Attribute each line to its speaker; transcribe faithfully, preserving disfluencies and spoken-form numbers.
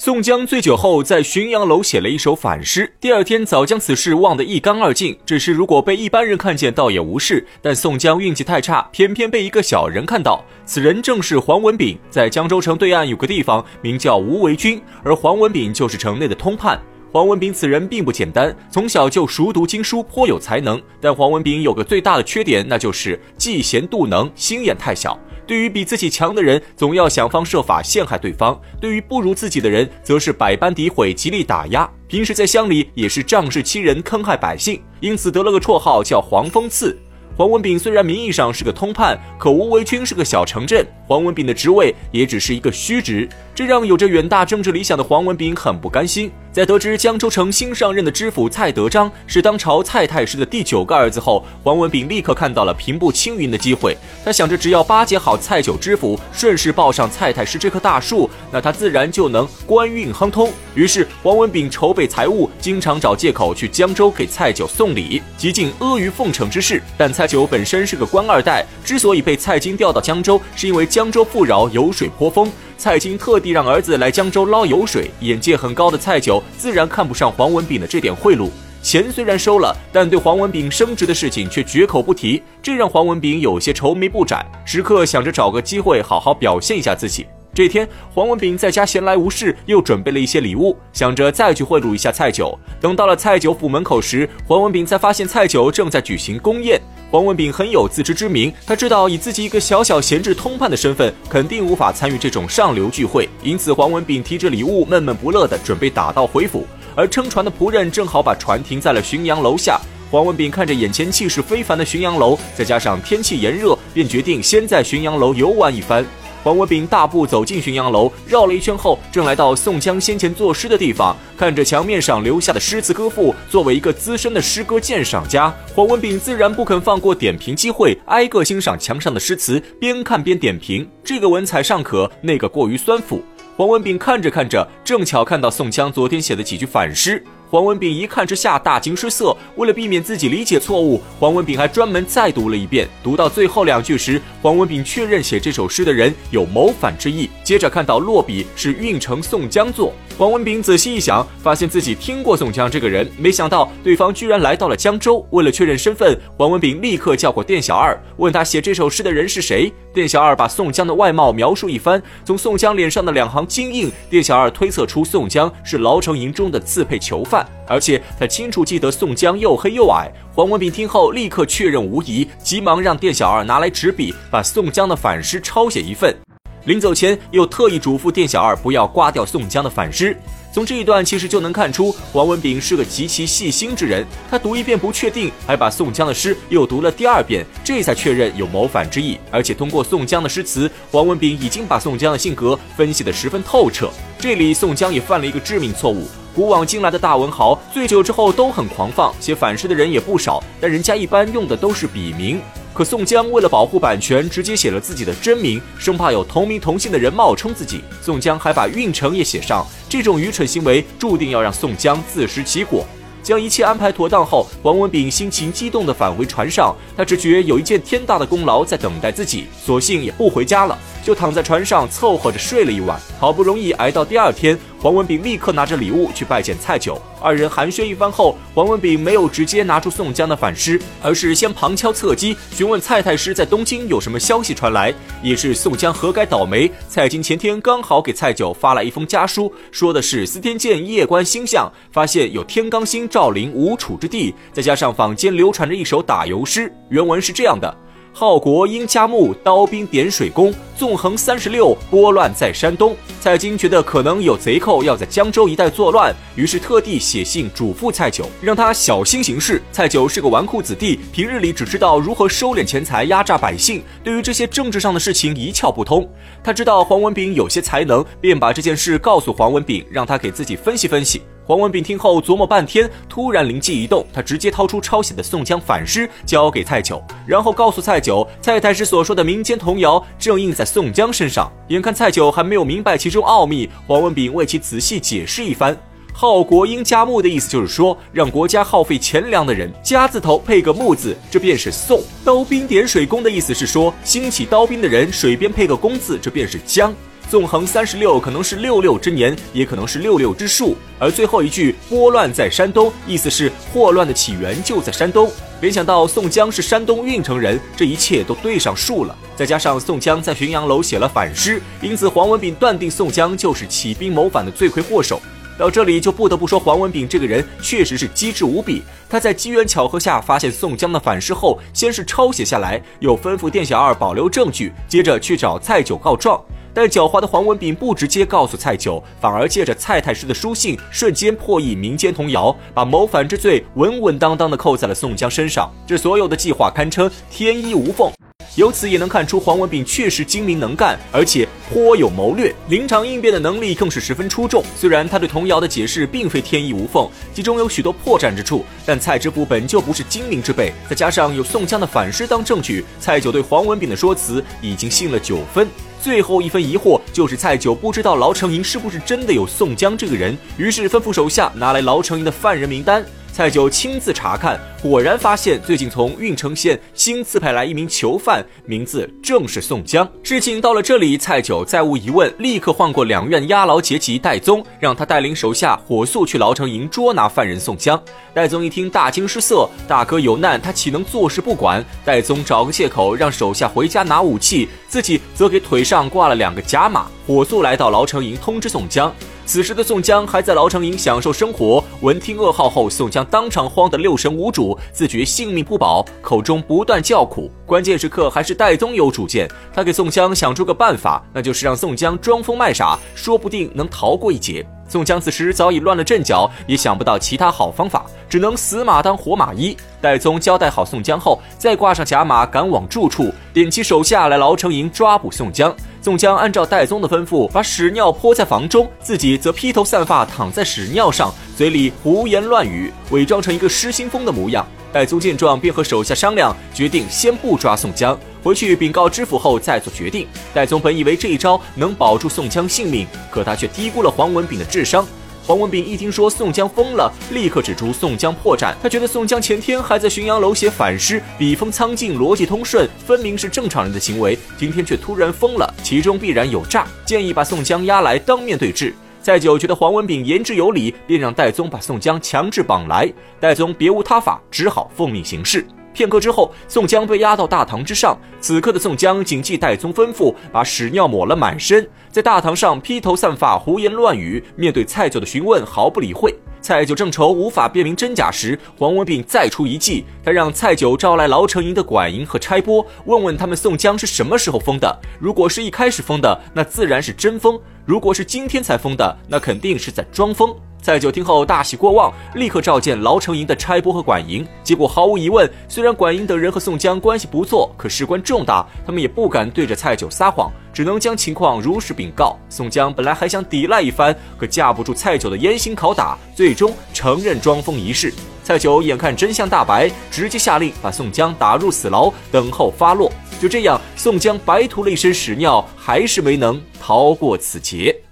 Speaker 1: 宋江醉酒后在浔阳楼写了一首反诗，第二天早将此事忘得一干二净。只是如果被一般人看见倒也无事，但宋江运气太差，偏偏被一个小人看到。此人正是黄文炳，在江州城对岸有个地方名叫无为军，而黄文炳就是城内的通判。黄文炳此人并不简单，从小就熟读经书，颇有才能。但黄文炳有个最大的缺点，那就是嫉贤妒能，心眼太小。对于比自己强的人，总要想方设法陷害对方；对于不如自己的人，则是百般诋毁，极力打压。平时在乡里也是仗势欺人，坑害百姓，因此得了个绰号叫黄风刺。黄文炳虽然名义上是个通判，可无为军是个小城镇，黄文炳的职位也只是一个虚职，这让有着远大政治理想的黄文炳很不甘心。在得知江州城新上任的知府蔡德章是当朝蔡太师的第九个儿子后，黄文炳立刻看到了平步青云的机会。他想着只要巴结好蔡九知府，顺势抱上蔡太师这棵大树，那他自然就能官运亨通。于是黄文炳筹备财物，经常找借口去江州给蔡九送礼，极尽阿谀奉承之事。但蔡九本身是个官二代，之所以被蔡京调到江州，是因为江州富饶，油水颇丰。蔡京特地让儿子来江州捞油水，眼界很高的蔡九自然看不上黄文炳的这点贿赂。钱虽然收了，但对黄文炳升职的事情却绝口不提，这让黄文炳有些愁眉不展，时刻想着找个机会好好表现一下自己。这天，黄文炳在家闲来无事，又准备了一些礼物，想着再去贿赂一下蔡九。等到了蔡九府门口时，黄文炳才发现蔡九正在举行宫宴。黄文炳很有自知之明，他知道以自己一个小小闲置通判的身份，肯定无法参与这种上流聚会，因此黄文炳提着礼物，闷闷不乐地准备打道回府。而撑船的仆人正好把船停在了浔阳楼下。黄文炳看着眼前气势非凡的浔阳楼，再加上天气炎热，便决定先在浔阳楼游玩一番。黄文炳大步走进浔阳楼，绕了一圈后，正来到宋江先前作诗的地方。看着墙面上留下的诗词歌赋，作为一个资深的诗歌鉴赏家，黄文炳自然不肯放过点评机会，挨个欣赏墙上的诗词，边看边点评，这个文采尚可，那个过于酸腐。黄文炳看着看着，正巧看到宋江昨天写的几句反诗。黄文炳一看之下大惊失色，为了避免自己理解错误，黄文炳还专门再读了一遍。读到最后两句时，黄文炳确认写这首诗的人有谋反之意，接着看到落笔是运城宋江作。黄文炳仔细一想，发现自己听过宋江这个人，没想到对方居然来到了江州。为了确认身份，黄文炳立刻叫过店小二，问他写这首诗的人是谁。店小二把宋江的外貌描述一番，从宋江脸上的两行金印，店小二推测出宋江是牢城营中的刺配囚犯，而且他清楚记得宋江又黑又矮。黄文炳听后立刻确认无疑，急忙让店小二拿来纸笔，把宋江的反诗抄写一份。临走前又特意嘱咐店小二不要刮掉宋江的反诗。从这一段其实就能看出黄文炳是个极其细心之人，他读一遍不确定，还把宋江的诗又读了第二遍，这才确认有谋反之意。而且通过宋江的诗词，黄文炳已经把宋江的性格分析得十分透彻。这里宋江也犯了一个致命错误，古往今来的大文豪醉酒之后都很狂放，写反诗的人也不少，但人家一般用的都是笔名。可宋江为了保护版权，直接写了自己的真名，生怕有同名同姓的人冒充自己。宋江还把运城也写上，这种愚蠢行为注定要让宋江自食其果。将一切安排妥当后，黄文炳心情激动地返回船上，他只觉有一件天大的功劳在等待自己，索性也不回家了，就躺在船上凑合着睡了一晚。好不容易挨到第二天，黄文炳立刻拿着礼物去拜见蔡九。二人寒暄一番后，黄文炳没有直接拿出宋江的反诗，而是先旁敲侧击询问蔡太师在东京有什么消息传来。也是宋江何该倒霉，蔡京前天刚好给蔡九发来一封家书，说的是司天监夜观星象，发现有天罡星照临吴楚之地，再加上坊间流传着一首打油诗，原文是这样的：号国英嘉木，刀兵点水攻，纵横三十六，拨乱在山东。蔡京觉得可能有贼寇要在江州一带作乱，于是特地写信嘱咐蔡九，让他小心行事。蔡九是个纨绔子弟，平日里只知道如何收敛钱财，压榨百姓，对于这些政治上的事情一窍不通。他知道黄文炳有些才能，便把这件事告诉黄文炳，让他给自己分析分析。黄文炳听后琢磨半天，突然灵机一动，他直接掏出抄写的宋江反诗交给蔡九，然后告诉蔡九，蔡太师所说的民间童谣正印在宋江身上。眼看蔡九还没有明白其中奥秘，黄文炳为其仔细解释一番。号国英嘉木的意思就是说，让国家耗费钱粮的人，家字头配个木字，这便是宋。刀兵点水攻的意思是说，兴起刀兵的人，水边配个弓字，这便是江。 纵横三十六可能是六六之年，也可能是六六之数。而最后一句拨乱在山东，意思是霍乱的起源就在山东。联想到宋江是山东运城人，这一切都对上数了。再加上宋江在浔阳楼写了反诗，因此黄文炳断定宋江就是起兵谋反的罪魁祸首。到这里就不得不说黄文炳这个人确实是机智无比。他在机缘巧合下发现宋江的反诗后，先是抄写下来，又吩咐店小二保留证据，接着去找蔡九告状。但狡猾的黄文炳不直接告诉蔡九，反而借着蔡太师的书信，瞬间破译民间童谣，把谋反之罪稳稳当当地扣在了宋江身上。这所有的计划堪称天衣无缝。由此也能看出黄文炳确实精明能干，而且颇有谋略，临场应变的能力更是十分出众。虽然他对童谣的解释并非天衣无缝，其中有许多破绽之处，但蔡知府本就不是精明之辈，再加上有宋江的反诗当证据，蔡九对黄文炳的说辞已经信了九分。最后一分疑惑就是蔡九不知道牢城营是不是真的有宋江这个人，于是吩咐手下拿来牢城营的犯人名单。蔡九亲自查看，果然发现最近从郓城县新赐派来一名囚犯，名字正是宋江。事情到了这里，蔡九再无疑问，立刻换过两院押牢节级戴宗，让他带领手下火速去牢城营捉拿犯人宋江。戴宗一听大惊失色，大哥有难，他岂能坐视不管？戴宗找个借口让手下回家拿武器，自己则给腿上挂了两个甲马，火速来到牢城营通知宋江。此时的宋江还在牢城营享受生活，闻听噩耗后，宋江当场慌得六神无主，自觉性命不保，口中不断叫苦。关键时刻还是戴宗有主见，他给宋江想出个办法，那就是让宋江装疯卖傻，说不定能逃过一劫。宋江此时早已乱了阵脚，也想不到其他好方法，只能死马当活马医。戴宗交代好宋江后，再挂上甲马赶往住处，点起手下来牢城营抓捕宋江。宋江按照戴宗的吩咐，把屎尿泼在房中，自己则披头散发躺在屎尿上，嘴里胡言乱语，伪装成一个失心疯的模样。戴宗见状，便和手下商量，决定先不抓宋江，回去禀告知府后再做决定。戴宗本以为这一招能保住宋江性命，可他却低估了黄文炳的智商。黄文炳一听说宋江疯了，立刻指出宋江破绽。他觉得宋江前天还在浔阳楼写反诗，笔锋苍劲，逻辑通顺，分明是正常人的行为，今天却突然疯了，其中必然有诈，建议把宋江押来当面对质。蔡九觉得黄文炳言之有理，便让戴宗把宋江强制绑来。戴宗别无他法，只好奉命行事。片刻之后，宋江被押到大堂之上。此刻的宋江谨记戴宗吩咐，把屎尿抹了满身，在大堂上披头散发，胡言乱语，面对蔡九的询问毫不理会。蔡九正愁无法辨明真假时，黄文炳再出一计，他让蔡九招来牢城营的管营和差拨，问问他们宋江是什么时候疯的。如果是一开始疯的，那自然是真疯；如果是今天才疯的，那肯定是在装疯。蔡九听后大喜过望，立刻召见牢城营的差拨和管营。结果毫无疑问，虽然管营等人和宋江关系不错，可事关重大，他们也不敢对着蔡九撒谎，只能将情况如实禀告。宋江本来还想抵赖一番，可架不住蔡九的严刑拷打，最终承认装疯一事。蔡九眼看真相大白，直接下令把宋江打入死牢，等候发落。就这样，宋江白涂了一身屎尿，还是没能逃过此劫。